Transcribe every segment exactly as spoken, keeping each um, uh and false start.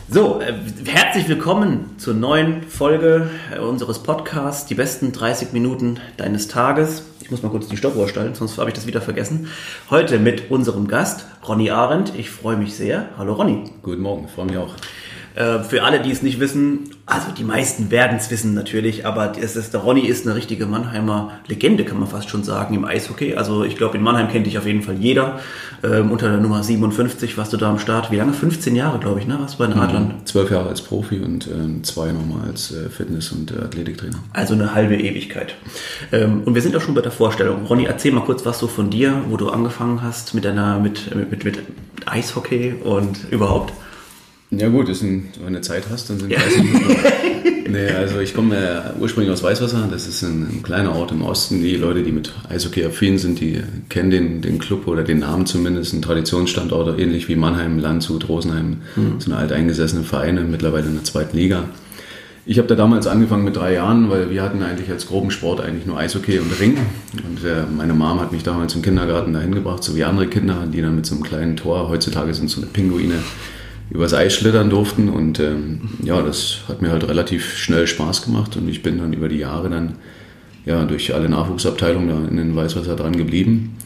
So, äh, herzlich willkommen zur neuen Folge äh, unseres Podcasts, die besten dreißig Minuten deines Tages. Ich muss mal kurz die Stoppuhr stellen, sonst habe ich das wieder vergessen. Heute mit unserem Gast, Ronny Arendt. Ich freue mich sehr. Hallo Ronny. Guten Morgen, ich freue mich auch. Äh, für alle, die es nicht wissen, also die meisten werden es wissen natürlich, aber es ist, der Ronny ist eine richtige Mannheimer Legende, kann man fast schon sagen, im Eishockey. Also ich glaube, in Mannheim kennt dich auf jeden Fall jeder. Ähm, unter der Nummer siebenundfünfzig warst du da am Start. Wie lange? fünfzehn Jahre, glaube ich, ne? Was bei den Adlern? Zwölf Jahre als Profi und äh, zwei nochmal als äh, Fitness- und äh, Athletiktrainer. Also eine halbe Ewigkeit. Ähm, und wir sind auch schon bei der Vorstellung. Ronny, erzähl mal kurz was so von dir, wo du angefangen hast mit deiner mit, mit, mit Eishockey und überhaupt. Ja gut, ist ein, wenn du eine Zeit hast, dann sind dreißig Minuten. Nee, also ich komme äh, ursprünglich aus Weißwasser, das ist ein, ein kleiner Ort im Osten. Die Leute, die mit Eishockey affin sind, die kennen den, den Club oder den Namen zumindest, ein Traditionsstandort, ähnlich wie Mannheim, Landshut, Rosenheim, mhm. so eine alteingesessene Vereine, mittlerweile in der zweiten Liga. Ich habe da damals angefangen mit drei Jahren, weil wir hatten eigentlich als groben Sport eigentlich nur Eishockey und Ring. Und äh, meine Mom hat mich damals im Kindergarten dahin gebracht, so wie andere Kinder, die dann mit so einem kleinen Tor, heutzutage sind so eine Pinguine, übers Eis schlittern durften und ähm, ja, das hat mir halt relativ schnell Spaß gemacht und ich bin dann über die Jahre dann ja durch alle Nachwuchsabteilungen da in den Weißwasser dran geblieben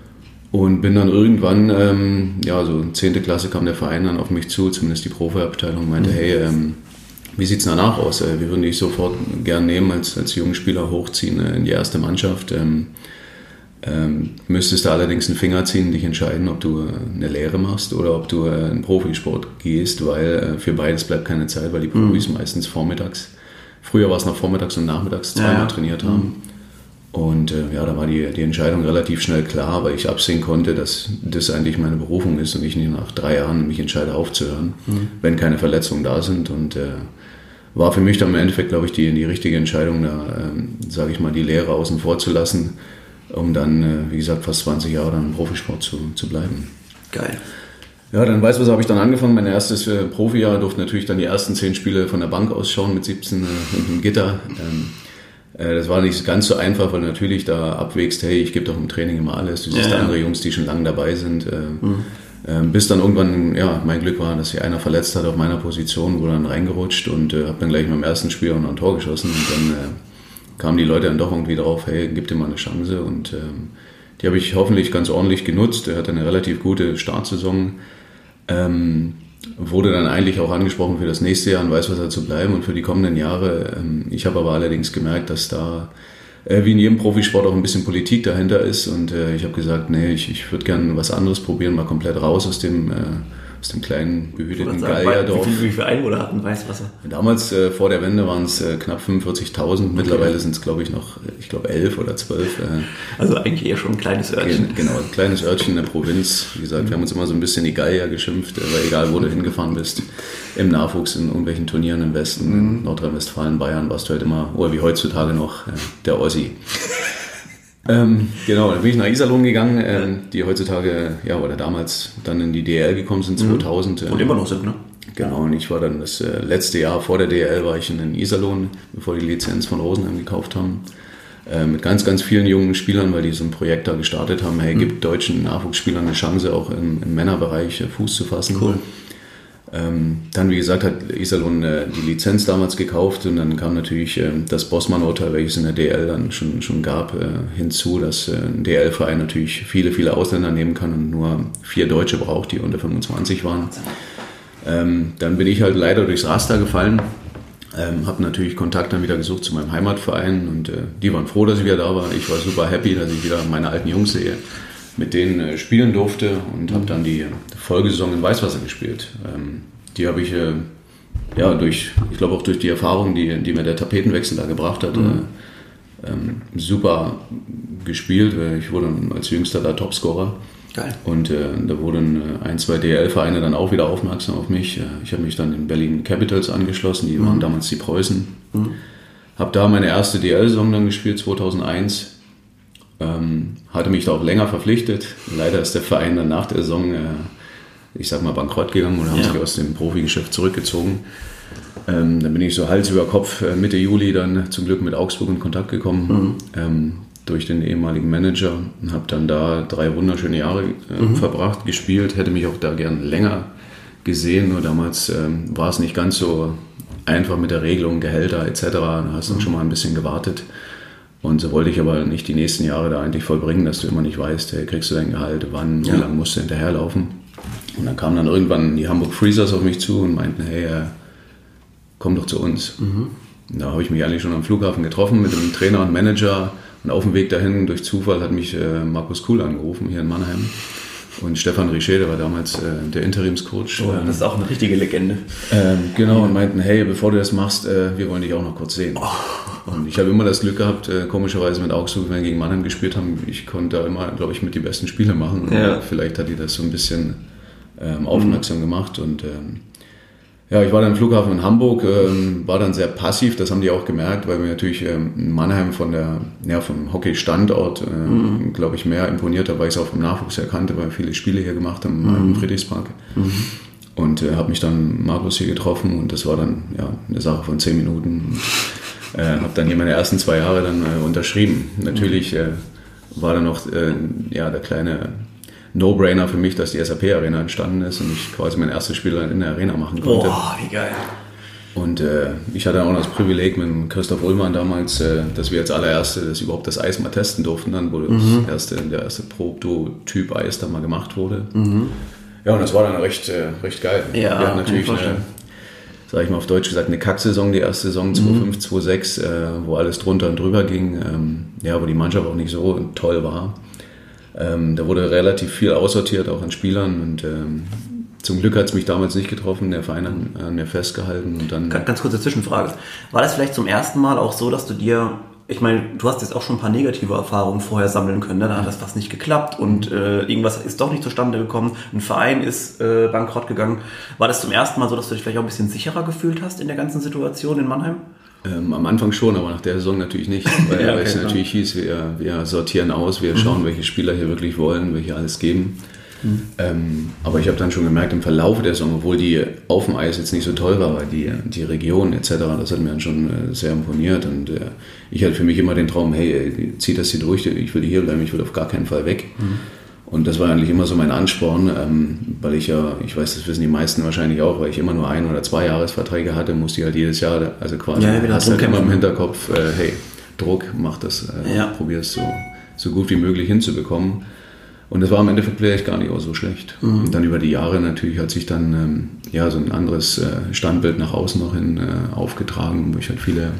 und bin dann irgendwann, ähm, ja so zehnte Klasse kam der Verein dann auf mich zu, zumindest die Profiabteilung, meinte, mhm. hey, ähm, wie sieht's danach aus? Wir würden dich sofort gern nehmen als, als jungen Spieler hochziehen in die erste Mannschaft. Ähm, Ähm, müsstest du allerdings einen Finger ziehen, dich entscheiden, ob du eine Lehre machst oder ob du äh, in Profisport gehst, weil äh, für beides bleibt keine Zeit, weil die Profis mhm. meistens vormittags, früher war es noch vormittags und nachmittags zweimal ja. trainiert haben. Mhm. Und äh, ja, da war die, die Entscheidung relativ schnell klar, weil ich absehen konnte, dass das eigentlich meine Berufung ist und ich nicht nach drei Jahren mich entscheide aufzuhören, mhm. wenn keine Verletzungen da sind. Und äh, war für mich dann im Endeffekt, glaube ich, die, die richtige Entscheidung, da, äh, sage ich mal, die Lehre außen vor zu lassen, um dann, wie gesagt, fast zwanzig Jahre dann im Profisport zu, zu bleiben. Geil. Ja, dann weißt du, was habe ich dann angefangen. Mein erstes äh, Profijahr durfte natürlich dann die ersten zehn Spiele von der Bank ausschauen mit siebzehn äh, mit einem Gitter. Ähm, äh, das war nicht ganz so einfach, weil du natürlich da abwägst, hey, ich gebe doch im Training immer alles. Du siehst ja, andere ja. Jungs, die schon lange dabei sind. Äh, mhm. äh, bis dann irgendwann, ja, mein Glück war, dass sich einer verletzt hat auf meiner Position, wurde dann reingerutscht und äh, habe dann gleich beim ersten Spiel auch noch ein Tor geschossen und dann äh, kamen die Leute dann doch irgendwie drauf, hey, gib dir mal eine Chance und ähm, die habe ich hoffentlich ganz ordentlich genutzt. Er hatte eine relativ gute Startsaison, ähm, wurde dann eigentlich auch angesprochen, für das nächste Jahr in Weißwasser zu bleiben und für die kommenden Jahre. Ähm, ich habe aber allerdings gemerkt, dass da äh, wie in jedem Profisport auch ein bisschen Politik dahinter ist und äh, ich habe gesagt, nee, ich, ich würde gerne was anderes probieren, mal komplett raus aus dem... Äh, aus dem kleinen, behüteten Gallierdorf. Wie viele Einwohner hatten Weißwasser? Damals, äh, vor der Wende, waren es äh, knapp fünfundvierzigtausend. Mittlerweile okay. sind es, glaube ich, noch, ich glaube, elf oder zwölf. Äh, also eigentlich eher schon ein kleines Örtchen. Genau, ein kleines Örtchen in der Provinz. Wie gesagt, mhm. wir haben uns immer so ein bisschen die Gallier geschimpft, äh, weil egal, wo du hingefahren bist, im Nachwuchs, in irgendwelchen Turnieren im Westen, mhm. in Nordrhein-Westfalen, Bayern, warst du halt immer, oder wie heutzutage noch, äh, der Ossi. Ähm, genau, dann bin ich nach Iserlohn gegangen, äh, die heutzutage, ja, oder damals dann in die D L gekommen sind, zweitausend. Und äh, immer noch sind, ne? Genau, und ich war dann das äh, letzte Jahr vor der D L war ich in Iserlohn, bevor die Lizenz von Rosenheim gekauft haben, äh, mit ganz, ganz vielen jungen Spielern, weil die so ein Projekt da gestartet haben, hey, gibt mhm. deutschen Nachwuchsspielern eine Chance, auch im, im Männerbereich äh, Fuß zu fassen. Cool. Ähm, dann, wie gesagt, hat Iserlohn äh, die Lizenz damals gekauft und dann kam natürlich äh, das Bossmann-Urteil, welches in der D L dann schon, schon gab, äh, hinzu, dass äh, ein D L-Verein natürlich viele, viele Ausländer nehmen kann und nur vier Deutsche braucht, die unter fünfundzwanzig waren. Ähm, dann bin ich halt leider durchs Raster gefallen, ähm, habe natürlich Kontakt dann wieder gesucht zu meinem Heimatverein und äh, die waren froh, dass ich wieder da war. Ich war super happy, dass ich wieder meine alten Jungs sehe, mit denen äh, spielen durfte und habe dann die Folgesaison in Weißwasser gespielt. Ähm, die habe ich äh, ja durch, ich glaube auch durch die Erfahrung, die, die mir der Tapetenwechsel da gebracht hat, mhm. äh, ähm, super gespielt. Ich wurde als Jüngster da Topscorer. Geil. Und äh, da wurden äh, ein, zwei D L-Vereine dann auch wieder aufmerksam auf mich. Äh, ich habe mich dann in Berlin Capitals angeschlossen, die mhm. waren damals die Preußen. Mhm. Habe da meine erste D L-Saison dann gespielt, zweitausendeins. Ähm, hatte mich da auch länger verpflichtet. Leider ist der Verein dann nach der Saison, äh, ich sag mal, bankrott gegangen oder haben ja. sich aus dem Profigeschäft zurückgezogen. Ähm, dann bin ich so Hals über Kopf äh, Mitte Juli dann zum Glück mit Augsburg in Kontakt gekommen. Mhm. Ähm, durch den ehemaligen Manager und habe dann da drei wunderschöne Jahre äh, mhm. verbracht, gespielt, hätte mich auch da gern länger gesehen, nur damals ähm, war es nicht ganz so einfach mit der Regelung, Gehälter et cetera. Da hast du dann schon mal ein bisschen gewartet. Und so wollte ich aber nicht die nächsten Jahre da eigentlich vollbringen, dass du immer nicht weißt, hey, kriegst du dein Gehalt, wann, wie ja. lange musst du hinterherlaufen. Und dann kamen dann irgendwann die Hamburg Freezers auf mich zu und meinten, hey, äh, komm doch zu uns. Mhm. Da habe ich mich eigentlich schon am Flughafen getroffen mit dem Trainer und Manager. Und auf dem Weg dahin, durch Zufall, hat mich äh, Markus Kuhl angerufen, hier in Mannheim. Und Stefan Richer, der war damals äh, der Interimscoach. Oh, das ist auch eine richtige Legende. Ähm, genau, und meinten, hey, bevor du das machst, äh, wir wollen dich auch noch kurz sehen. Oh. Und ich habe immer das Glück gehabt, äh, komischerweise mit Augsburg, wenn wir gegen Mannheim gespielt haben, ich konnte da immer, glaube ich, mit die besten Spiele machen. Und ja. Vielleicht hat die das so ein bisschen ähm, aufmerksam mhm. gemacht. Und ähm, ja, ich war dann im Flughafen in Hamburg, ähm, war dann sehr passiv, das haben die auch gemerkt, weil mir natürlich ähm, Mannheim von der, ja, vom Hockey-Standort, ähm, mhm. glaube ich, mehr imponiert hat, weil ich es auch vom Nachwuchs erkannte, weil wir viele Spiele hier gemacht haben mhm. im Friedrichspark. Mhm. Und äh, habe mich dann Markus hier getroffen und das war dann ja, eine Sache von zehn Minuten. Und, äh, habe dann hier meine ersten zwei Jahre dann äh, unterschrieben. Natürlich äh, war dann noch äh, ja, der kleine No-Brainer für mich, dass die S A P-Arena entstanden ist und ich quasi mein erstes Spiel in der Arena machen konnte. Boah, wie geil. Und äh, ich hatte auch noch das Privileg mit Christoph Ullmann damals, äh, dass wir als allererste das überhaupt das Eis mal testen durften, dann, wo mhm. das erste, der erste Prototyp Eis dann mal gemacht wurde. Mhm. Ja, und das war dann recht, äh, recht geil. Ja, wir hatten natürlich eine, sag ich mal auf Deutsch gesagt, eine Kacksaison, die erste Saison zwei fünf, zwei sechs, äh, wo alles drunter und drüber ging, ähm, ja, wo die Mannschaft auch nicht so toll war. Ähm, da wurde relativ viel aussortiert, auch an Spielern und ähm, zum Glück hat es mich damals nicht getroffen, der Verein hat an mir festgehalten. Und dann ganz kurze Zwischenfrage, war das vielleicht zum ersten Mal auch so, dass du dir, ich meine, du hast jetzt auch schon ein paar negative Erfahrungen vorher sammeln können, ne? Da hat das fast nicht geklappt und äh, irgendwas ist doch nicht zustande gekommen, ein Verein ist äh, bankrott gegangen. War das zum ersten Mal so, dass du dich vielleicht auch ein bisschen sicherer gefühlt hast in der ganzen Situation in Mannheim? Ähm, am Anfang schon, aber nach der Saison natürlich nicht, weil, ja, okay, es natürlich hieß, wir, wir sortieren aus, wir mhm. schauen, welche Spieler hier wirklich wollen, welche alles geben. Mhm. Ähm, aber ich habe dann schon gemerkt, im Verlauf der Saison, obwohl die auf dem Eis jetzt nicht so toll war, weil die, die Region et cetera, das hat mir dann schon äh, sehr imponiert und äh, ich hatte für mich immer den Traum, hey, zieh das hier durch, ich will hier bleiben, ich will auf gar keinen Fall weg. Mhm. Und das war eigentlich immer so mein Ansporn, ähm, weil ich ja, ich weiß, das wissen die meisten wahrscheinlich auch, weil ich immer nur ein- oder zwei Jahresverträge hatte, musste ich halt jedes Jahr, also quasi, ja, hast halt immer im Hinterkopf, äh, hey, Druck, mach das, äh, ja. probier es so, so gut wie möglich hinzubekommen. Und das war im Endeffekt vielleicht gar nicht auch so schlecht. Mhm. Und dann über die Jahre natürlich hat sich dann ähm, ja, so ein anderes äh, Standbild nach außen noch hin äh, aufgetragen, wo ich halt viele,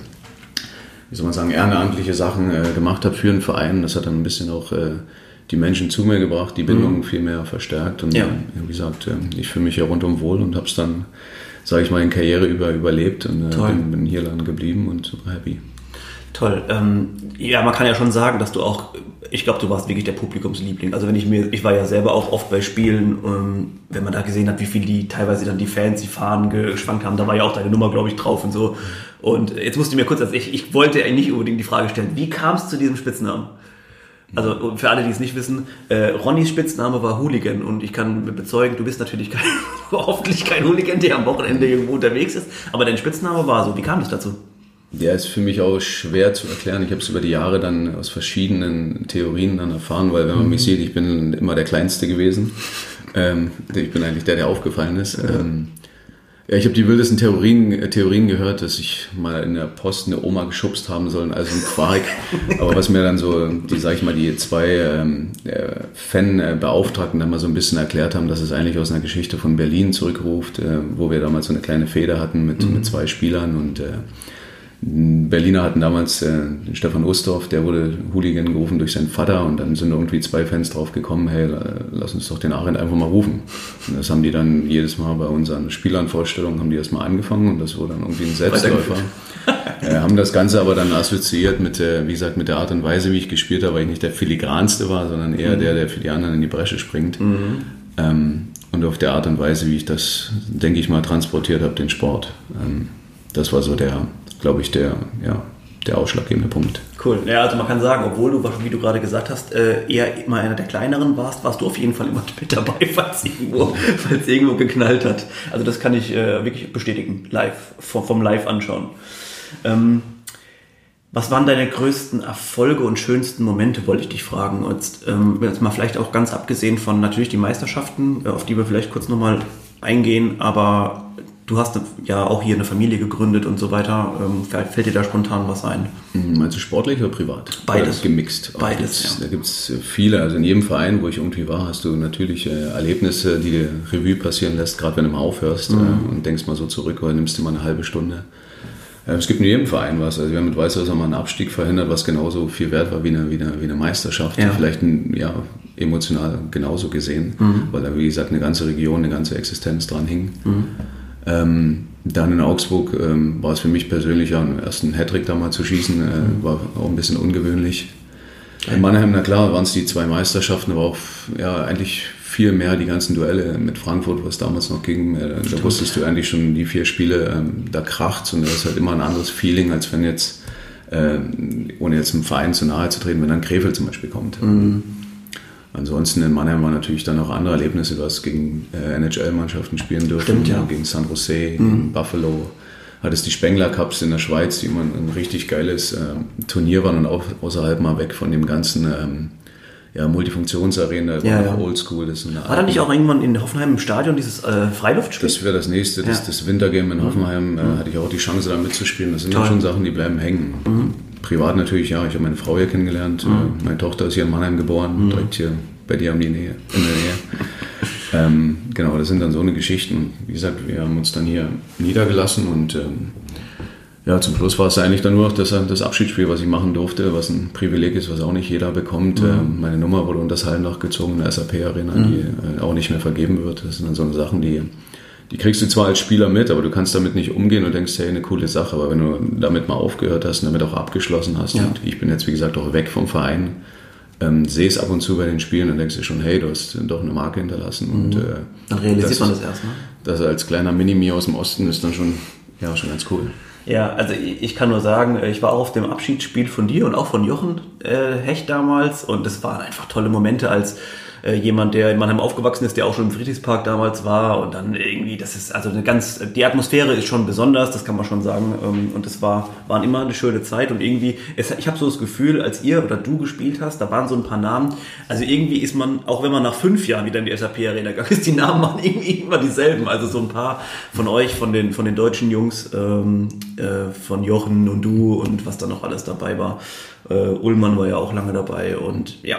wie soll man sagen, ehrenamtliche Sachen äh, gemacht habe für den Verein. Das hat dann ein bisschen auch äh, die Menschen zu mir gebracht, die Bindung mhm. viel mehr verstärkt. Und ja. wie gesagt, ich fühle mich ja rundum wohl und habe es dann, sage ich mal, in Karriere über überlebt und äh, bin, bin hier lang geblieben und super happy. Toll. Ähm, ja, man kann ja schon sagen, dass du auch, ich glaube, du warst wirklich der Publikumsliebling. Also wenn ich mir, ich war ja selber auch oft bei Spielen, ähm, wenn man da gesehen hat, wie viel die teilweise dann die Fans, die Fahnen geschwankt haben, da war ja auch deine Nummer, glaube ich, drauf und so. Und jetzt musst du mir kurz, also ich, ich wollte eigentlich nicht unbedingt die Frage stellen, wie kam es zu diesem Spitznamen? Also für alle, die es nicht wissen, äh, Ronnys Spitzname war Hooligan und ich kann bezeugen, du bist natürlich kein, hoffentlich kein Hooligan, der am Wochenende irgendwo unterwegs ist, aber dein Spitzname war so. Wie kam das dazu? Der ist für mich auch schwer zu erklären. Ich habe es über die Jahre dann aus verschiedenen Theorien dann erfahren, weil wenn man mhm. mich sieht, ich bin immer der Kleinste gewesen. Ähm, ich bin eigentlich der, der aufgefallen ist. Ja. Ähm, Ja, ich habe die wildesten Theorien, Theorien gehört, dass ich mal in der Post eine Oma geschubst haben soll, also ein Quark. Aber was mir dann so, die, sag ich mal, die zwei ähm, Fan-Beauftragten dann mal so ein bisschen erklärt haben, dass es eigentlich aus einer Geschichte von Berlin zurückruft, äh, wo wir damals so eine kleine Fehde hatten mit, mhm. mit zwei Spielern und äh, Berliner hatten damals äh, den Stefan Ustorf, der wurde Hooligan gerufen durch seinen Vater und dann sind irgendwie zwei Fans drauf gekommen, hey, lass uns doch den Arend einfach mal rufen. Und das haben die dann jedes Mal bei unseren Spielernvorstellungen, haben die das mal angefangen und das wurde dann irgendwie ein Selbstläufer. äh, haben das Ganze aber dann assoziiert mit, äh, wie gesagt, mit der Art und Weise, wie ich gespielt habe, weil ich nicht der Filigranste war, sondern eher mhm. der, der für die anderen in die Bresche springt. Mhm. Ähm, und auf der Art und Weise, wie ich das, denke ich mal, transportiert habe, den Sport. Ähm, das war so der, glaube ich, der, ja, der ausschlaggebende Punkt. Cool. Ja, also man kann sagen, obwohl du, wie du gerade gesagt hast, eher immer einer der kleineren warst, warst du auf jeden Fall immer mit dabei, falls irgendwo, falls irgendwo geknallt hat. Also das kann ich äh, wirklich bestätigen, live, vom, vom Live anschauen. Ähm, was waren deine größten Erfolge und schönsten Momente, wollte ich dich fragen. Jetzt, ähm, jetzt mal vielleicht auch ganz abgesehen von natürlich die Meisterschaften, auf die wir vielleicht kurz nochmal eingehen, aber du hast ja auch hier eine Familie gegründet und so weiter. Ähm, fällt dir da spontan was ein? Meinst du sportlich oder privat? Beides. Oder gemixt. Beides, gibt's, ja. Da gibt es viele. Also in jedem Verein, wo ich irgendwie war, hast du natürlich äh, Erlebnisse, die dir Revue passieren lässt, gerade wenn du mal aufhörst mhm. äh, und denkst mal so zurück oder nimmst dir mal eine halbe Stunde. Äh, es gibt in jedem Verein was. Also wir haben mit Weißwasser mal einen Abstieg verhindert, was genauso viel wert war wie eine, wie eine, wie eine Meisterschaft. Ja. Vielleicht ein, ja, emotional genauso gesehen, mhm. weil da wie gesagt eine ganze Region, eine ganze Existenz dran hing. Mhm. Ähm, dann in Augsburg ähm, war es für mich persönlich ja, einen ersten Hattrick da mal zu schießen, äh, war auch ein bisschen ungewöhnlich. In Mannheim, na klar, waren es die zwei Meisterschaften, aber auch ja, eigentlich viel mehr die ganzen Duelle mit Frankfurt, was damals noch ging. Äh, da wusstest du eigentlich schon die vier Spiele, ähm, da kracht's und das ist halt immer ein anderes Feeling, als wenn jetzt, äh, ohne jetzt einem Verein zu nahe zu treten, wenn dann Krefeld zum Beispiel kommt. Mhm. Ansonsten in Mannheim waren natürlich dann auch andere Erlebnisse. Du hast gegen äh, N H L-Mannschaften spielen dürfen, Stimmt, ja. gegen San Jose, mhm. gegen Buffalo. Hattest die Spengler Cups in der Schweiz, die immer ein richtig geiles äh, Turnier waren und auch außerhalb mal weg von dem ganzen ähm, ja, Multifunktionsarena, ja, ja. Oldschool. War da nicht auch irgendwann in Hoffenheim im Stadion dieses äh, Freiluftspiel? Das wäre das nächste, das, ja. das Wintergame in Hoffenheim. Mhm. Äh, hatte ich auch die Chance da mitzuspielen. Das sind dann schon Sachen, die bleiben hängen. Mhm. Privat natürlich, ja, ich habe meine Frau hier kennengelernt. Mhm. Meine Tochter ist hier in Mannheim geboren, mhm. direkt hier bei dir in der Nähe. In der Nähe. ähm, genau, das sind dann so eine Geschichten. Wie gesagt, wir haben uns dann hier niedergelassen und ähm, ja, zum Schluss war es eigentlich dann nur noch das, das Abschiedsspiel, was ich machen durfte, was ein Privileg ist, was auch nicht jeder bekommt. Mhm. Ähm, meine Nummer wurde unter das Hallendach gezogen in der S A P-Arena, mhm. die äh, auch nicht mehr vergeben wird. Das sind dann so Sachen, die Die kriegst du zwar als Spieler mit, aber du kannst damit nicht umgehen und denkst, hey, eine coole Sache. Aber wenn du damit mal aufgehört hast und damit auch abgeschlossen hast, ja. und ich bin jetzt, wie gesagt, auch weg vom Verein, ähm, sehe es ab und zu bei den Spielen und denkst dir schon, hey, du hast doch eine Marke hinterlassen. Mhm. Und, äh, dann realisiert das, man das erst, ne? Das als kleiner Mini-Mi aus dem Osten ist dann schon, ja, schon ganz cool. Ja, also ich kann nur sagen, ich war auch auf dem Abschiedsspiel von dir und auch von Jochen äh, Hecht damals und es waren einfach tolle Momente als äh, jemand, der in Mannheim aufgewachsen ist, der auch schon im Friedrichspark damals war und dann irgendwie, das ist also eine ganz, die Atmosphäre ist schon besonders, das kann man schon sagen ähm, und es war, waren immer eine schöne Zeit und irgendwie, es, ich habe so das Gefühl, als ihr oder du gespielt hast, da waren so ein paar Namen, also irgendwie ist man, auch wenn man nach fünf Jahren wieder in die S A P-Arena gegangen ist, die Namen waren irgendwie immer dieselben, also so ein paar von euch, von den, von den deutschen Jungs, ähm, äh, von Jochen und du und was da noch alles dabei war, äh, Ullmann war ja auch lange dabei und ja,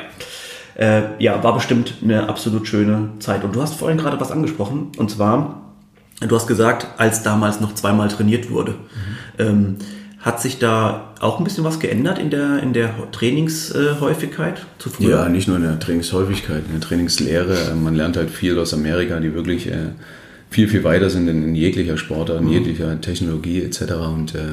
Äh, ja, war bestimmt eine absolut schöne Zeit. Und du hast vorhin gerade was angesprochen, und zwar, du hast gesagt, als damals noch zweimal trainiert wurde. Mhm. Ähm, hat sich da auch ein bisschen was geändert in der, in der Trainingshäufigkeit äh, zu früher? Ja, nicht nur in der Trainingshäufigkeit, in der Trainingslehre. Man lernt halt viel aus Amerika, die wirklich äh, viel, viel weiter sind in, in jeglicher Sportart, in mhm. jeglicher Technologie et cetera. Und äh,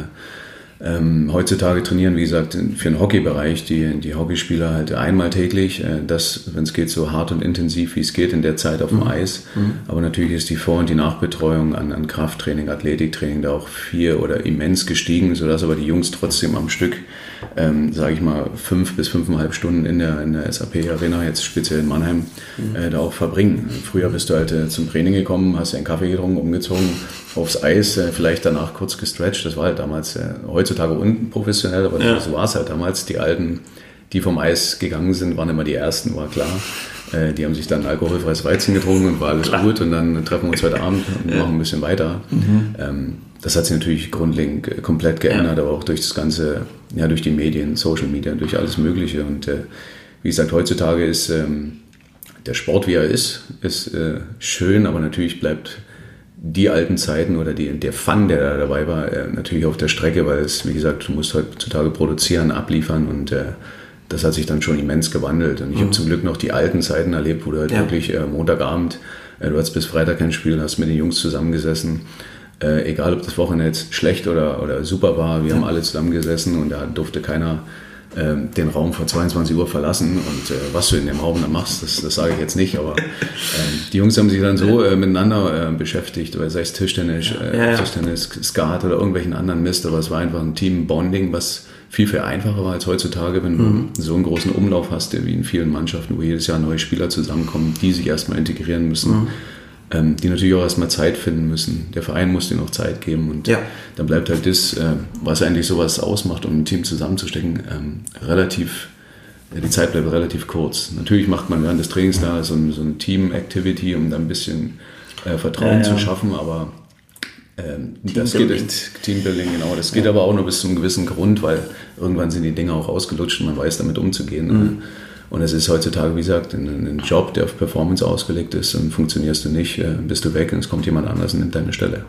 Ähm, heutzutage trainieren, wie gesagt, für den Hockeybereich die, die Hockeyspieler halt einmal täglich, äh, das, wenn es geht, so hart und intensiv, wie es geht in der Zeit auf dem mhm. Eis. Mhm. Aber natürlich ist die Vor- und die Nachbetreuung an, an Krafttraining, Athletiktraining da auch viel oder immens gestiegen, sodass aber die Jungs trotzdem am Stück, ähm, sage ich mal, fünf bis fünfeinhalb Stunden in der, in der S A P-Arena, jetzt speziell in Mannheim, mhm. äh, da auch verbringen. Früher bist du halt äh, zum Training gekommen, hast einen Kaffee getrunken, umgezogen, aufs Eis, äh, vielleicht danach kurz gestretcht, das war halt damals äh, heutzutage unprofessionell, aber ja. so war es halt damals. Die Alten, die vom Eis gegangen sind, waren immer die Ersten, war klar. Äh, die haben sich dann alkoholfreies Weizen getrunken und war alles klar. Gut und dann treffen wir uns heute Abend und ja. machen ein bisschen weiter. Mhm. Ähm, das hat sich natürlich grundlegend komplett geändert, ja. aber auch durch das Ganze, ja, durch die Medien, Social Media, durch alles Mögliche. Und äh, wie gesagt, heutzutage ist ähm, der Sport, wie er ist, ist äh, schön, aber natürlich bleibt die alten Zeiten oder die, der Fun, der da dabei war, äh, natürlich auf der Strecke, weil es, wie gesagt, du musst heutzutage produzieren, abliefern und äh, das hat sich dann schon immens gewandelt. Und ich mhm. habe zum Glück noch die alten Zeiten erlebt, wo du halt ja. wirklich äh, Montagabend, äh, du hast bis Freitag kein Spiel, hast mit den Jungs zusammengesessen, äh, egal ob das Wochenende jetzt schlecht oder, oder super war, wir ja. haben alle zusammengesessen und da durfte keiner den Raum vor zweiundzwanzig Uhr verlassen und äh, was du in dem Raum dann machst, das, das sage ich jetzt nicht, aber äh, die Jungs haben sich dann so äh, miteinander äh, beschäftigt, oder sei es Tischtennis, äh, ja, ja. Tischtennis, Skat oder irgendwelchen anderen Mist, aber es war einfach ein Team-Bonding, was viel, viel einfacher war als heutzutage, wenn mhm. du so einen großen Umlauf hast, wie in vielen Mannschaften, wo jedes Jahr neue Spieler zusammenkommen, die sich erstmal integrieren müssen. Mhm. die natürlich auch erstmal Zeit finden müssen. Der Verein muss denen auch Zeit geben und ja. dann bleibt halt das, was eigentlich sowas ausmacht, um ein Team zusammenzustecken, relativ, die Zeit bleibt relativ kurz. Natürlich macht man während des Trainings da so, so eine Team-Activity, um da ein bisschen äh, Vertrauen ja, ja. zu schaffen, aber ähm, das geht, Teambuilding, genau, das geht ja. aber auch nur bis zu einem gewissen Grund, weil irgendwann sind die Dinge auch ausgelutscht und man weiß damit umzugehen. Mhm. Und es ist heutzutage, wie gesagt, ein, ein Job, der auf Performance ausgelegt ist, und funktionierst du nicht, bist du weg und es kommt jemand anders und nimmt deine Stelle.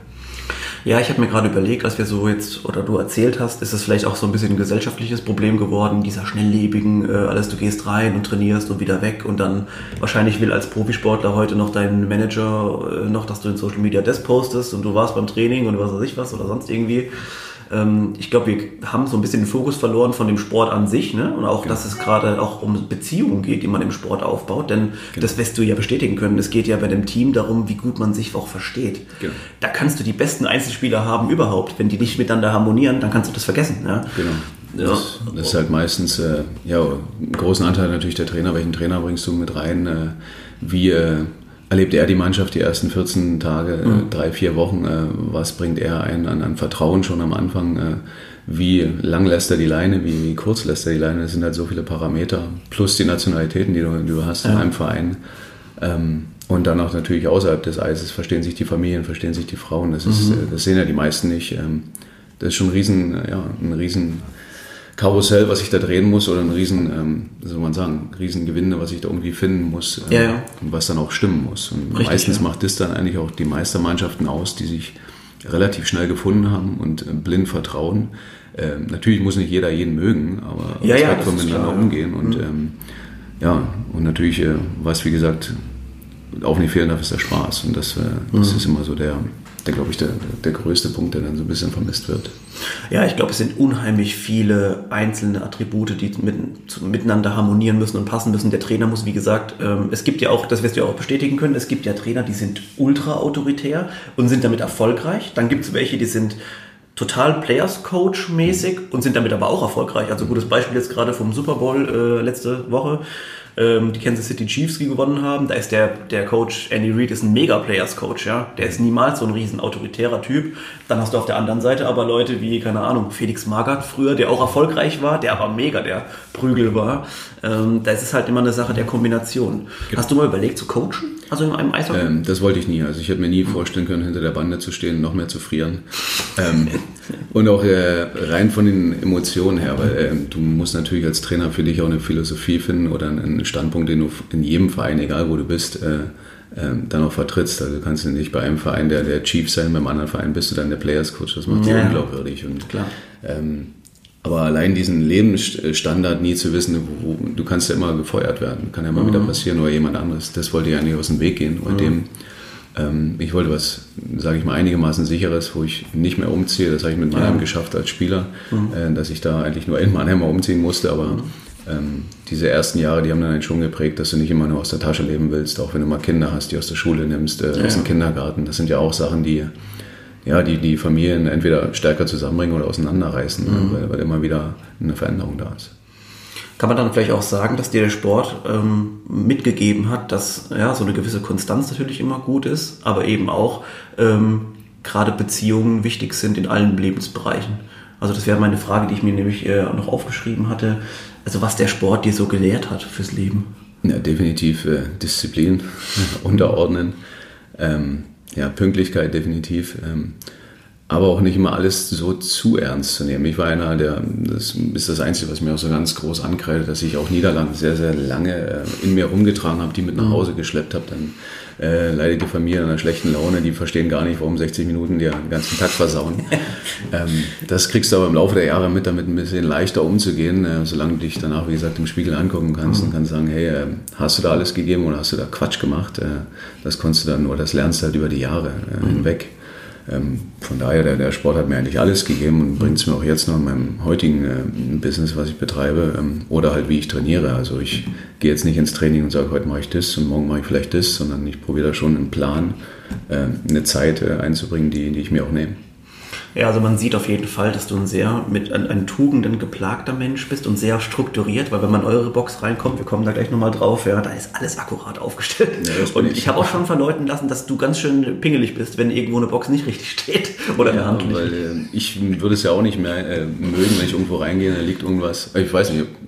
Ja, ich habe mir gerade überlegt, als wir so jetzt, oder du erzählt hast, ist es vielleicht auch so ein bisschen ein gesellschaftliches Problem geworden, dieser schnelllebigen, äh, alles, du gehst rein und trainierst und wieder weg, und dann wahrscheinlich will als Profisportler heute noch dein Manager äh, noch, dass du in Social Media das postest und du warst beim Training und was weiß ich was oder sonst irgendwie. Ähm, ich glaube, wir haben so ein bisschen den Fokus verloren von dem Sport an sich, ne? Und auch, genau. dass es gerade auch um Beziehungen geht, die man im Sport aufbaut, denn genau. das wirst du ja bestätigen können. Es geht ja bei dem Team darum, wie gut man sich auch versteht. Genau. Da kannst du die besten Einzelspieler haben überhaupt. Wenn die nicht miteinander harmonieren, dann kannst du das vergessen. Ja? Genau. Das, ja. das ist halt meistens, äh, ja, einen großen Anteil natürlich der Trainer. Welchen Trainer bringst du mit rein? Äh, wie äh, erlebt er die Mannschaft die ersten vierzehn Tage, mhm. drei, vier Wochen? Äh, was bringt er ein an, an Vertrauen schon am Anfang? Äh, wie lang lässt er die Leine? Wie, wie kurz lässt er die Leine? Das sind halt so viele Parameter. Plus die Nationalitäten, die du, die du hast ja. in einem Verein. Ähm, und dann auch natürlich außerhalb des Eises verstehen sich die Familien, verstehen sich die Frauen. Das, ist, mhm. das sehen ja die meisten nicht. Ähm, das ist schon ein riesen, ja, ein riesen Karussell, was ich da drehen muss, oder ein riesen, ähm, wie soll man sagen, riesen Gewinne, was ich da irgendwie finden muss, ähm, ja, ja. und was dann auch stimmen muss. Und Richtig, meistens ja. macht das dann eigentlich auch die Meistermannschaften aus, die sich relativ schnell gefunden haben und äh, blind vertrauen. Ähm, natürlich muss nicht jeder jeden mögen, aber ja, ja, von miteinander umgehen. Und mhm. ähm, ja, und natürlich, äh, was wie gesagt auch nicht fehlen darf, ist der Spaß. Und das, äh, das mhm. ist immer so der, der glaube ich, der, der größte Punkt, der dann so ein bisschen vermisst wird. Ja, ich glaube, es sind unheimlich viele einzelne Attribute, die mit, miteinander harmonieren müssen und passen müssen. Der Trainer muss, wie gesagt, ähm, es gibt ja auch, das wirst du ja auch bestätigen können, es gibt ja Trainer, die sind ultra autoritär und sind damit erfolgreich. Dann gibt es welche, die sind total Players-Coach-mäßig und sind damit aber auch erfolgreich. Also gutes Beispiel jetzt gerade vom Super Bowl äh, letzte Woche. Die Kansas City Chiefs, die gewonnen haben, da ist der, der Coach, Andy Reid, ist ein Mega-Players-Coach, ja. Der ist niemals so ein riesen autoritärer Typ. Dann hast du auf der anderen Seite aber Leute wie, keine Ahnung, Felix Magath früher, der auch erfolgreich war, der aber mega der Prügel war. Ähm, da ist es halt immer eine Sache der Kombination. Genau. Hast du mal überlegt zu coachen? Also in einem Eishockey? Ähm, das wollte ich nie. Also ich hätte mir nie vorstellen können, hinter der Bande zu stehen, noch mehr zu frieren. ähm, und auch äh, rein von den Emotionen her, weil äh, du musst natürlich als Trainer für dich auch eine Philosophie finden oder einen Standpunkt, den du in jedem Verein, egal wo du bist, äh, äh, dann auch vertrittst. Also du kannst nicht bei einem Verein der, der Chief sein, beim anderen Verein bist du dann der Players Coach. Das macht ja. sie unglaubwürdig. Und, Klar. Ähm, aber allein diesen Lebensstandard nie zu wissen, wo, wo, du kannst ja immer gefeuert werden, kann ja immer mhm. wieder passieren oder jemand anderes. Das wollte ich eigentlich aus dem Weg gehen. Bei mhm. dem, ähm, ich wollte was, sage ich mal, einigermaßen Sicheres, wo ich nicht mehr umziehe. Das habe ich mit Mannheim ja. geschafft als Spieler, mhm. äh, dass ich da eigentlich nur in Mannheim mal umziehen musste. Aber mhm. ähm, diese ersten Jahre, die haben dann schon geprägt, dass du nicht immer nur aus der Tasche leben willst, auch wenn du mal Kinder hast, die aus der Schule nimmst, äh, ja. aus dem Kindergarten. Das sind ja auch Sachen, die ja, die die Familien entweder stärker zusammenbringen oder auseinanderreißen, mhm. weil, weil immer wieder eine Veränderung da ist. Kann man dann vielleicht auch sagen, dass dir der Sport ähm, mitgegeben hat, dass ja so eine gewisse Konstanz natürlich immer gut ist, aber eben auch ähm, gerade Beziehungen wichtig sind in allen Lebensbereichen? Also das wäre meine Frage, die ich mir nämlich äh, noch aufgeschrieben hatte. Also was der Sport dir so gelehrt hat fürs Leben? Ja, definitiv äh, Disziplin, unterordnen. Ähm, Ja, Pünktlichkeit definitiv, ähm, aber auch nicht immer alles so zu ernst zu nehmen. Ich war einer, der, das ist das Einzige, was mir auch so ganz groß ankreidet, dass ich auch Niederlagen sehr, sehr lange äh, in mir rumgetragen habe, die mit nach Hause geschleppt habe. Dann äh, leidet die Familie an einer schlechten Laune, die verstehen gar nicht, warum sechzig Minuten dir den ganzen Tag versauen. ähm, das kriegst du aber im Laufe der Jahre mit, damit ein bisschen leichter umzugehen, äh, solange du dich danach, wie gesagt, im Spiegel angucken kannst mhm. und kannst sagen, hey, äh, hast du da alles gegeben oder hast du da Quatsch gemacht? Äh, das konntest du dann, oder das lernst du halt über die Jahre äh, mhm. hinweg. Ähm, von daher, der, der Sport hat mir eigentlich alles gegeben und bringt es mir auch jetzt noch in meinem heutigen äh, Business, was ich betreibe, ähm, oder halt wie ich trainiere. Also ich gehe jetzt nicht ins Training und sage, heute mache ich das und morgen mache ich vielleicht das, sondern ich probiere da schon einen Plan, äh, eine Zeit äh, einzubringen, die, die ich mir auch nehme. Ja, also man sieht auf jeden Fall, dass du ein sehr mit ein, ein Tugenden geplagter Mensch bist und sehr strukturiert, weil wenn man in eure Box reinkommt, wir kommen da gleich nochmal drauf, ja, da ist alles akkurat aufgestellt. Ja, und ich, ich habe auch schon verleuten lassen, dass du ganz schön pingelig bist, wenn irgendwo eine Box nicht richtig steht oder eine ja, Hand nicht. Weil, äh, ich würde es ja auch nicht mehr äh, mögen, wenn ich irgendwo reingehe, da liegt irgendwas, ich weiß nicht,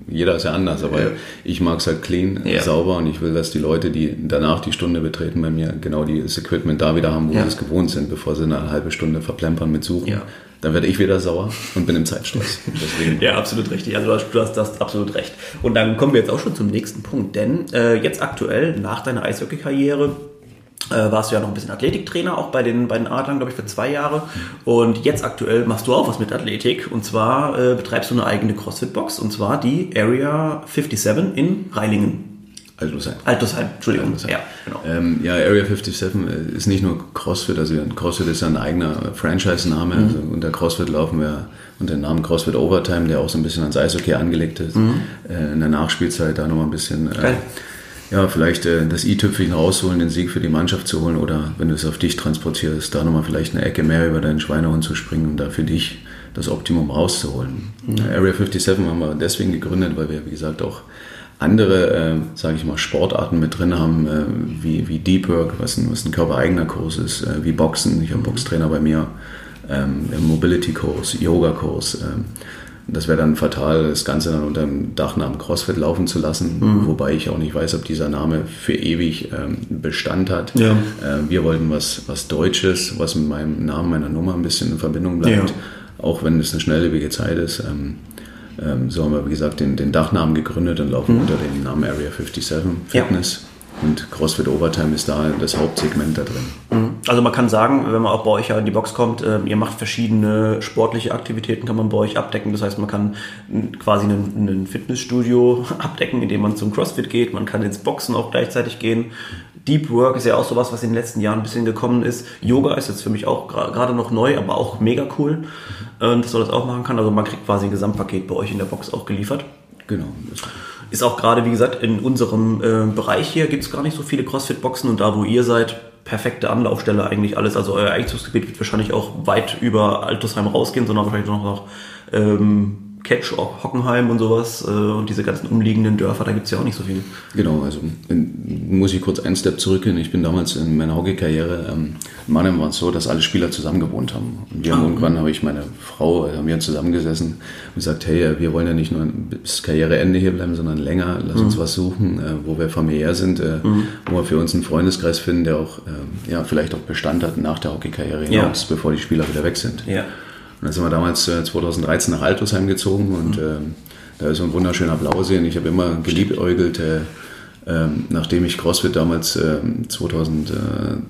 jeder ist ja anders, aber ja. ich mag es halt clean, ja. sauber und ich will, dass die Leute, die danach die Stunde betreten bei mir, genau das Equipment da wieder haben, wo ja. sie es gewohnt sind, bevor sie eine halbe Stunde verplempern mit Suchen. Ja. Dann werde ich wieder sauer und bin im Zeitstress. Deswegen. Ja, absolut richtig. Also du hast, du hast absolut recht. Und dann kommen wir jetzt auch schon zum nächsten Punkt, denn äh, jetzt aktuell, nach deiner Eishockey-Karriere, Äh, warst du ja noch ein bisschen Athletiktrainer, auch bei den, bei den Adlern, glaube ich, für zwei Jahre. Und jetzt aktuell machst du auch was mit Athletik. Und zwar äh, betreibst du eine eigene CrossFit-Box, und zwar die Area fünfundfünfzig in Reilingen. Altosheim. Altosheim, Entschuldigung. Altosheim. Ja, genau. Ähm, ja, Area fünfundfünfzig ist nicht nur CrossFit, also CrossFit ist ja ein eigener Franchise-Name. Mhm. Also unter CrossFit laufen wir unter dem Namen CrossFit Overtime, der auch so ein bisschen ans Eishockey angelegt ist. Mhm. Äh, in der Nachspielzeit da nochmal ein bisschen... Äh, ja, vielleicht äh, das i-Tüpfelchen rausholen, den Sieg für die Mannschaft zu holen, oder wenn du es auf dich transportierst, da nochmal vielleicht eine Ecke mehr über deinen Schweinehund zu springen, um da für dich das Optimum rauszuholen. Mhm. Area fünfundfünfzig haben wir deswegen gegründet, weil wir, wie gesagt, auch andere, äh, sage ich mal, Sportarten mit drin haben, äh, wie, wie Deep Work, was ein, was ein körpereigener Kurs ist, äh, wie Boxen, ich habe einen Boxtrainer bei mir, ähm, Mobility-Kurs, Yoga-Kurs, ähm, das wäre dann fatal, das Ganze dann unter dem Dachnamen CrossFit laufen zu lassen, mhm. wobei ich auch nicht weiß, ob dieser Name für ewig ähm, Bestand hat. Ja. Äh, wir wollten was, was Deutsches, was mit meinem Namen, meiner Nummer ein bisschen in Verbindung bleibt, ja. auch wenn es eine schnelllebige Zeit ist. Ähm, ähm, so haben wir, wie gesagt, den, den Dachnamen gegründet und laufen mhm. unter dem Namen Area fünfundfünfzig Fitness. Ja. Und CrossFit Overtime ist da das Hauptsegment da drin. Also man kann sagen, wenn man auch bei euch ja in die Box kommt, ihr macht verschiedene sportliche Aktivitäten, kann man bei euch abdecken. Das heißt, man kann quasi ein Fitnessstudio abdecken, indem man zum CrossFit geht. Man kann ins Boxen auch gleichzeitig gehen. Deep Work ist ja auch sowas, was in den letzten Jahren ein bisschen gekommen ist. Yoga ist jetzt für mich auch gerade noch neu, aber auch mega cool, dass man das auch machen kann. Also man kriegt quasi ein Gesamtpaket bei euch in der Box auch geliefert. Genau. Ist auch gerade, wie gesagt, in unserem äh, Bereich hier gibt es gar nicht so viele CrossFit-Boxen, und da, wo ihr seid, perfekte Anlaufstelle eigentlich alles. Also euer Einzugsgebiet wird wahrscheinlich auch weit über Altosheim rausgehen, sondern wahrscheinlich noch nach ähm, Ketsch, Hockenheim und sowas äh, und diese ganzen umliegenden Dörfer, da gibt es ja auch nicht so viel. Genau, also in, muss ich kurz einen Step zurückgehen. Ich bin damals in meiner Hockeykarriere, ähm, in Mannheim war es so, dass alle Spieler zusammen gewohnt haben. Und wir haben ah, irgendwann, habe ich meine Frau, haben wir zusammengesessen und gesagt, hey, wir wollen ja nicht nur bis Karriereende hier bleiben, sondern länger, lass mhm. uns was suchen, äh, wo wir familiär sind, äh, mhm. wo wir für uns einen Freundeskreis finden, der auch, äh, ja, vielleicht auch Bestand hat nach der Hockeykarriere hinaus, ja. bevor die Spieler wieder weg sind. Ja. Und dann sind wir damals äh, zweitausenddreizehn nach Altosheim gezogen und äh, da ist so ein wunderschöner Blausee. Und ich habe immer geliebäugelt, äh, äh, nachdem ich CrossFit damals äh, zweitausendzwölf,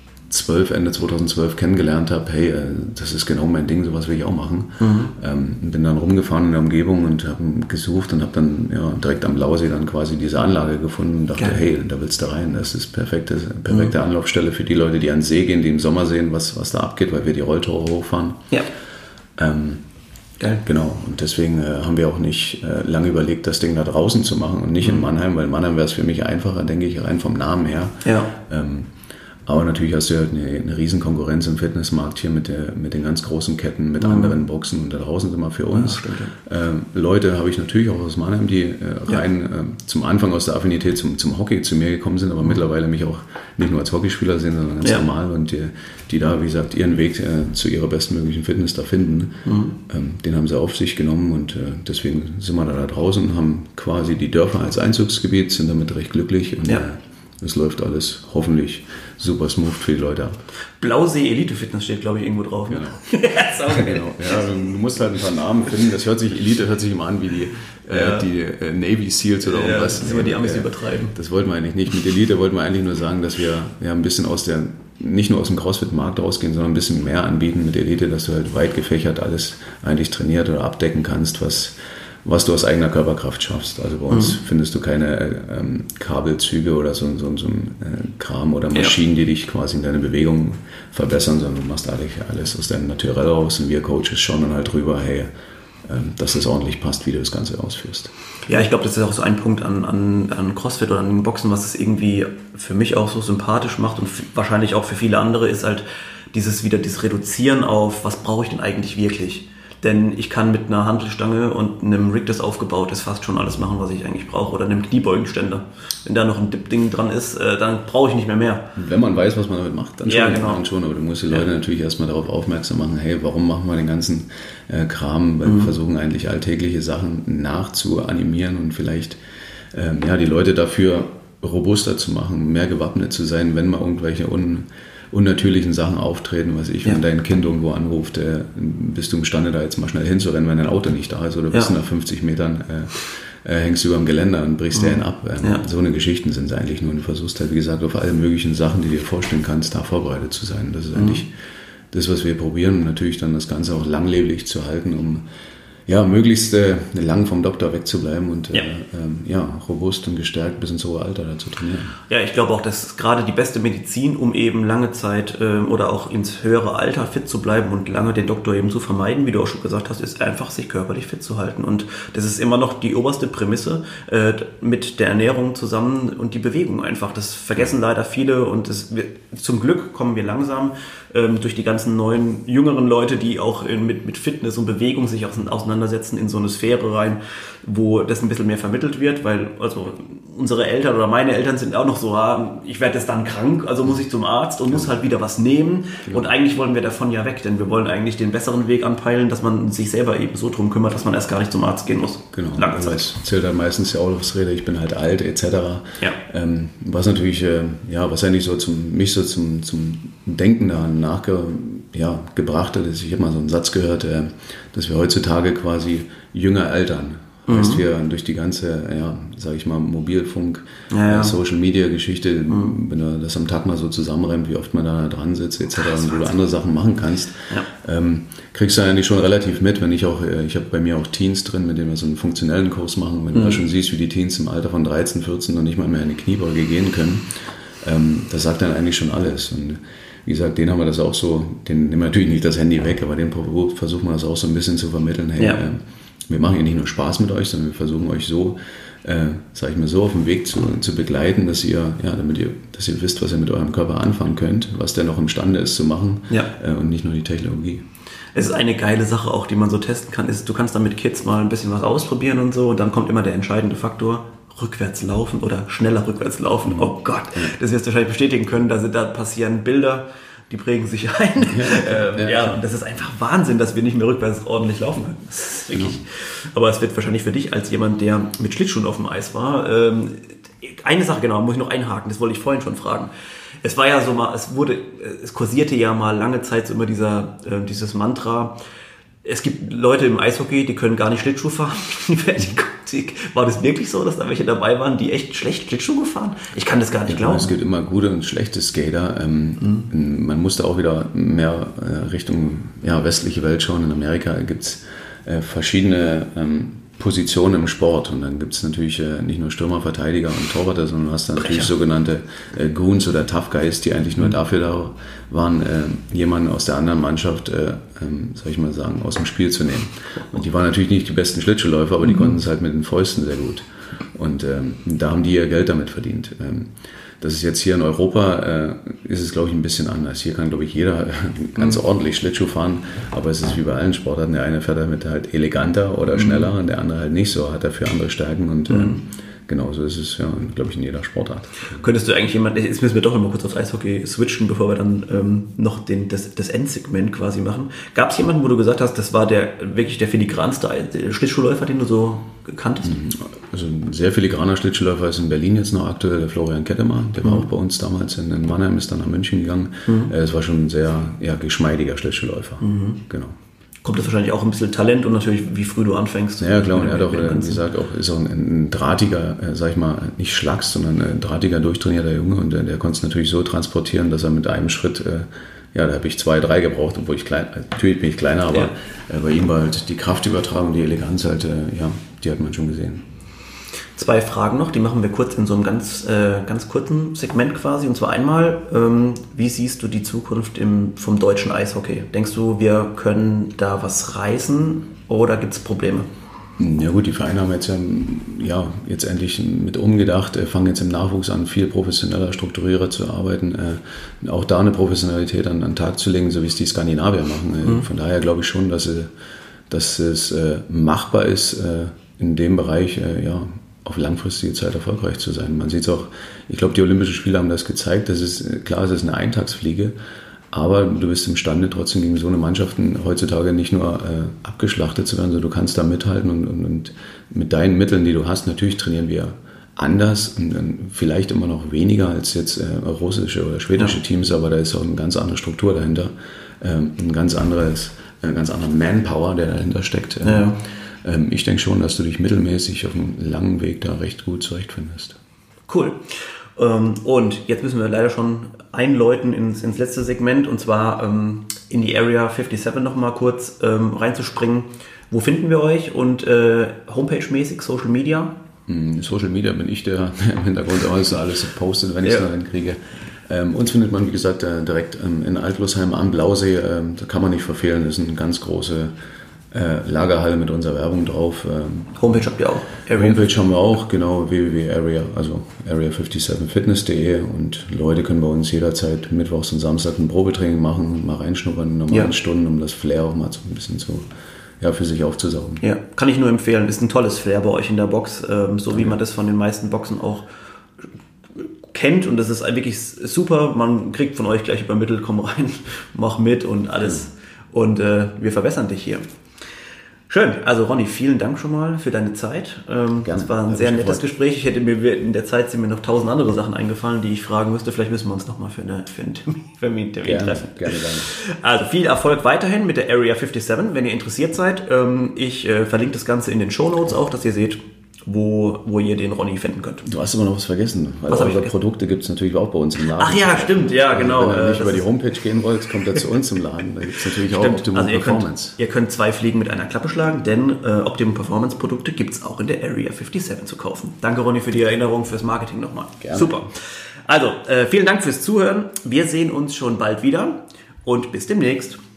Ende zweitausendzwölf kennengelernt habe, hey, äh, das ist genau mein Ding, sowas will ich auch machen. Mhm. Ähm, bin dann rumgefahren in der Umgebung und habe gesucht und habe dann ja, direkt am Blausee dann quasi diese Anlage gefunden und dachte, Geil. hey, da willst du rein. Das ist perfekte, perfekte mhm. Anlaufstelle für die Leute, die an den See gehen, die im Sommer sehen, was, was da abgeht, weil wir die Rolltore hochfahren. Ja. Ähm, Geil. Genau, und deswegen äh, haben wir auch nicht äh, lange überlegt, das Ding da draußen zu machen und nicht mhm. in Mannheim, weil in Mannheim wäre es für mich einfacher, denke ich, rein vom Namen her. Ja. Ähm, aber natürlich hast du halt eine, eine riesen Konkurrenz im Fitnessmarkt hier mit, der, mit den ganz großen Ketten, mit mhm. anderen Boxen, und da draußen sind wir für uns. Ja, stimmt, ja. ähm, Leute habe ich natürlich auch aus Mannheim, die äh, rein ja. äh, zum Anfang aus der Affinität zum, zum Hockey zu mir gekommen sind, aber mhm. mittlerweile mich auch nicht nur als Hockeyspieler sehen, sondern ganz ja. normal, und die, die da, wie gesagt, ihren Weg äh, zu ihrer bestmöglichen Fitness da finden. Mhm. Ähm, den haben sie auf sich genommen, und äh, deswegen sind wir da, da draußen, haben quasi die Dörfer als Einzugsgebiet, sind damit recht glücklich, und ja. äh, es läuft alles hoffentlich super smooth für die Leute ab. Blausee Elite Fitness steht, glaube ich, irgendwo drauf. Genau. ja, genau. Ja, du musst halt ein paar Namen finden. Das hört sich, Elite hört sich immer an wie die, ja. äh, die äh, Navy Seals oder ja, irgendwas. Das ist die Amis äh, übertreiben. Das wollten wir eigentlich nicht. Mit Elite wollten wir eigentlich nur sagen, dass wir ja, ein bisschen aus der, nicht nur aus dem CrossFit-Markt rausgehen, sondern ein bisschen mehr anbieten mit Elite, dass du halt weit gefächert alles eigentlich trainiert oder abdecken kannst, was was du aus eigener Körperkraft schaffst. Also bei uns mhm. findest du keine ähm, Kabelzüge oder so, so, so ein äh, Kram oder Maschinen, ja. die dich quasi in deine Bewegung verbessern, sondern du machst eigentlich alles aus deinem Naturell raus, und wir Coaches schauen dann halt drüber, hey, ähm, dass das ordentlich passt, wie du das Ganze ausführst. Ja, ich glaube, das ist auch so ein Punkt an, an, an CrossFit oder an den Boxen, was es irgendwie für mich auch so sympathisch macht und f- wahrscheinlich auch für viele andere, ist halt dieses wieder das Reduzieren auf, was brauche ich denn eigentlich wirklich? Denn ich kann mit einer Hantelstange und einem Rig, das aufgebaut ist, fast schon alles machen, was ich eigentlich brauche. Oder einem Kniebeugenständer. Wenn da noch ein Dip-Ding dran ist, äh, dann brauche ich nicht mehr mehr. Wenn man weiß, was man damit macht, dann schon. Ja, genau. Dann schon. Aber du musst die Leute ja. natürlich erstmal darauf aufmerksam machen, hey, warum machen wir den ganzen äh, Kram? Weil mhm. wir versuchen eigentlich alltägliche Sachen nachzuanimieren und vielleicht ähm, ja, die Leute dafür robuster zu machen, mehr gewappnet zu sein, wenn mal irgendwelche un, unnatürlichen Sachen auftreten, was ich, ja. wenn dein Kind irgendwo anruft, äh, bist du imstande, da jetzt mal schnell hinzurennen, wenn dein Auto nicht da ist, oder bist du ja. nach fünfzig Metern äh, äh, hängst du über dem Geländer und brichst mhm. dir einen ab. Ähm, ja. So eine Geschichten sind es eigentlich nur. Und du versuchst halt, wie gesagt, auf alle möglichen Sachen, die du dir vorstellen kannst, da vorbereitet zu sein. Das ist mhm. eigentlich das, was wir probieren, und natürlich dann das Ganze auch langlebig zu halten, um ja, möglichst äh, lang vom Doktor wegzubleiben und ja. Äh, ähm, ja, robust und gestärkt bis ins hohe Alter da zu trainieren. Ja, ich glaube auch, das ist gerade die beste Medizin, um eben lange Zeit ähm, oder auch ins höhere Alter fit zu bleiben und lange den Doktor eben zu vermeiden, wie du auch schon gesagt hast, ist einfach, sich körperlich fit zu halten. Und das ist immer noch die oberste Prämisse äh, mit der Ernährung zusammen und die Bewegung einfach. Das vergessen leider viele, und das, wir, zum Glück kommen wir langsam ähm, durch die ganzen neuen, jüngeren Leute, die auch in, mit, mit Fitness und Bewegung sich auseinandersetzen, in so eine Sphäre rein, wo das ein bisschen mehr vermittelt wird, weil also unsere Eltern oder meine Eltern sind auch noch so, ah, ich werde jetzt dann krank, also muss ich zum Arzt und genau. muss halt wieder was nehmen, genau. und eigentlich wollen wir davon ja weg, denn wir wollen eigentlich den besseren Weg anpeilen, dass man sich selber eben so drum kümmert, dass man erst gar nicht zum Arzt gehen muss. Genau, lange Zeit. Das zählt dann meistens ja auch aufs Rede, ich bin halt alt et cetera. Ja. Ähm, was natürlich, äh, ja, was eigentlich so zum, mich so zum, zum Denken daran nachge, ja, gebracht hat, ist, ich habe mal so einen Satz gehört, äh, dass wir heutzutage quasi jünger altern. Mhm. Heißt, wir durch die ganze, ja, sag ich mal, Mobilfunk, ja, ja. Social-Media-Geschichte, mhm. wenn du das am Tag mal so zusammenrennt, wie oft man da dran sitzt, et cetera, und wo du andere Sachen machen kannst, ja. ähm, kriegst du eigentlich schon relativ mit, wenn ich auch, ich habe bei mir auch Teens drin, mit denen wir so einen funktionellen Kurs machen, wenn mhm. du da schon siehst, wie die Teens im Alter von dreizehn, vierzehn noch nicht mal mehr in die Kniebeuge gehen können, ähm, das sagt dann eigentlich schon alles. Und wie gesagt, denen haben wir das auch so, denen nehmen wir natürlich nicht das Handy weg, aber denen versuchen wir das auch so ein bisschen zu vermitteln, hey, ja. äh, wir machen ja nicht nur Spaß mit euch, sondern wir versuchen euch so, äh, sag ich mal, so auf dem Weg zu, zu begleiten, dass ihr, ja, damit ihr, dass ihr wisst, was ihr mit eurem Körper anfangen könnt, was der noch imstande ist zu machen, ja. äh, und nicht nur die Technologie. Es ist eine geile Sache auch, die man so testen kann, ist, du kannst dann mit Kids mal ein bisschen was ausprobieren und so, und dann kommt immer der entscheidende Faktor, rückwärts laufen oder schneller rückwärts laufen. Mhm. Oh Gott, das wirst du wahrscheinlich bestätigen können, da, sind, da passieren Bilder, die prägen sich ein. Ja, ähm, ja, ja, und das ist einfach Wahnsinn, dass wir nicht mehr rückwärts ordentlich laufen können. Das ist wirklich, genau. Aber es wird wahrscheinlich für dich als jemand, der mit Schlittschuhen auf dem Eis war, ähm, eine Sache, genau, muss ich noch einhaken, das wollte ich vorhin schon fragen. Es war ja so mal, es wurde, es kursierte ja mal lange Zeit so immer dieser, äh, dieses Mantra, es gibt Leute im Eishockey, die können gar nicht Schlittschuh fahren. War das wirklich so, dass da welche dabei waren, die echt schlecht Schlittschuh gefahren? Ich kann das gar nicht ja, glauben. Es gibt immer gute und schlechte Skater. Ähm, mhm. Man musste auch wieder mehr äh, Richtung ja, westliche Welt schauen. In Amerika gibt es äh, verschiedene ähm, Positionen im Sport. Und dann gibt es natürlich äh, nicht nur Stürmer, Verteidiger und Torhüter, sondern du hast dann natürlich sogenannte äh, Goons oder Tough Guys, die eigentlich nur mhm. dafür da waren, äh, jemanden aus der anderen Mannschaft, äh, ähm, soll ich mal sagen, aus dem Spiel zu nehmen. Und die waren natürlich nicht die besten Schlittschuhläufer, aber die mhm. konnten es halt mit den Fäusten sehr gut. Und ähm, da haben die ihr Geld damit verdient. Ähm, Das ist jetzt hier in Europa, äh, ist es, glaube ich, ein bisschen anders. Hier kann, glaube ich, jeder ganz mhm. ordentlich Schlittschuh fahren, aber es ist wie bei allen Sportarten. Der eine fährt damit halt eleganter oder schneller, mhm. und der andere halt nicht so, hat dafür andere Stärken, und mhm. äh, genauso ist es, ja, glaube ich, in jeder Sportart. Könntest du eigentlich jemand, jetzt müssen wir doch immer kurz aufs Eishockey switchen, bevor wir dann ähm, noch den, das, das Endsegment quasi machen. Gab es jemanden, wo du gesagt hast, das war der wirklich der filigranste Schlittschuhläufer, den du so kanntest? Also ein sehr filigraner Schlittschuhläufer ist in Berlin jetzt noch aktuell der Florian Kettemer, der war mhm. auch bei uns damals in, in Mannheim, ist dann nach München gegangen. Mhm. Es war schon ein sehr ja, geschmeidiger Schlittschuhläufer, mhm. genau. Kommt das wahrscheinlich auch ein bisschen Talent und natürlich, wie früh du anfängst. Ja, klar, und er hat auch, wie gesagt, auch, ist auch ein, ein drahtiger, sag ich mal, nicht Schlacks, sondern ein drahtiger, durchtrainierter Junge, und der, der konnte es natürlich so transportieren, dass er mit einem Schritt, äh, ja, da habe ich zwei, drei gebraucht, obwohl ich klein, natürlich bin ich kleiner, aber ja. äh, bei ihm war halt die Kraftübertragung, die Eleganz halt, äh, ja, die hat man schon gesehen. Zwei Fragen noch, die machen wir kurz in so einem ganz, äh, ganz kurzen Segment quasi. Und zwar einmal, ähm, wie siehst du die Zukunft im, vom deutschen Eishockey? Denkst du, wir können da was reißen oder gibt es Probleme? Ja gut, die Vereine haben jetzt ja, ja jetzt endlich mit umgedacht, äh, fangen jetzt im Nachwuchs an, viel professioneller, strukturierter zu arbeiten, äh, auch da eine Professionalität an, an den Tag zu legen, so wie es die Skandinavier machen. Äh, mhm. Von daher glaube ich schon, dass sie dass es äh, machbar ist, äh, in dem Bereich äh, ja, auf langfristige Zeit erfolgreich zu sein. Man sieht es auch, ich glaube, die Olympischen Spiele haben das gezeigt, das ist, klar, es ist eine Eintagsfliege, aber du bist imstande, trotzdem gegen so eine Mannschaften heutzutage nicht nur äh, abgeschlachtet zu werden, sondern du kannst da mithalten und, und, und mit deinen Mitteln, die du hast, natürlich trainieren wir anders und, und vielleicht immer noch weniger als jetzt äh, russische oder schwedische ja. Teams, aber da ist auch eine ganz andere Struktur dahinter, ähm, ein ganz anderes, ein ganz anderer Manpower, der dahinter steckt. Ähm, ja. ähm, ich denke schon, dass du dich mittelmäßig auf einem langen Weg da recht gut zurechtfindest. Cool. Und jetzt müssen wir leider schon einläuten ins, ins letzte Segment, und zwar ähm, in die Area fünfundfünfzig nochmal kurz ähm, reinzuspringen. Wo finden wir euch und äh, Homepage-mäßig, Social Media? Social Media bin ich, der im Hintergrund alles, alles postet, wenn ich es ja. noch hinkriege. Ähm, uns findet man, wie gesagt, äh, direkt ähm, in Altlusheim am Blausee. Ähm, da kann man nicht verfehlen. Das ist eine ganz große äh, Lagerhalle mit unserer Werbung drauf. Ähm, Homepage habt ihr auch? Area Homepage haben wir auch, genau, w w w punkt area, also area fünfundfünfzig fitness punkt de, und Leute können bei uns jederzeit mittwochs und Samstag ein Probetraining machen, mal reinschnuppern in normalen ja. Stunden, um das Flair auch mal so ein bisschen zu ja, für sich aufzusaugen. Ja, kann ich nur empfehlen. Ist ein tolles Flair bei euch in der Box, ähm, so okay. wie man das von den meisten Boxen auch kennt, und das ist wirklich super. Man kriegt von euch gleich übermittelt, komm rein, mach mit und alles. Ja. Und äh, wir verbessern dich hier. Schön. Also Ronny, vielen Dank schon mal für deine Zeit. Ähm, das war ein sehr nettes Gespräch. Ich hätte mir in der Zeit sind mir noch tausend andere Sachen eingefallen, die ich fragen müsste. Vielleicht müssen wir uns noch mal für, eine, für einen Termin, für einen Termin gerne, treffen. Gerne, gerne. Also viel Erfolg weiterhin mit der Area fünfundfünfzig, wenn ihr interessiert seid. Ähm, ich äh, verlinke das Ganze in den Shownotes auch, dass ihr seht, wo, wo ihr den Ronny finden könnt. Du hast aber noch was vergessen, weil was eure Produkte gibt es natürlich auch bei uns im Laden. Ach ja, stimmt, ja, genau. Also wenn ihr nicht über die Homepage gehen wollt, kommt ihr zu uns im Laden. Da gibt es natürlich stimmt. auch Optimum also ihr Performance. Könnt, ihr könnt zwei Fliegen mit einer Klappe schlagen, denn äh, Optimum Performance Produkte gibt es auch in der Area fünfundfünfzig zu kaufen. Danke Ronny für die Erinnerung, fürs Marketing nochmal. Gerne. Super. Also, äh, vielen Dank fürs Zuhören. Wir sehen uns schon bald wieder und bis demnächst.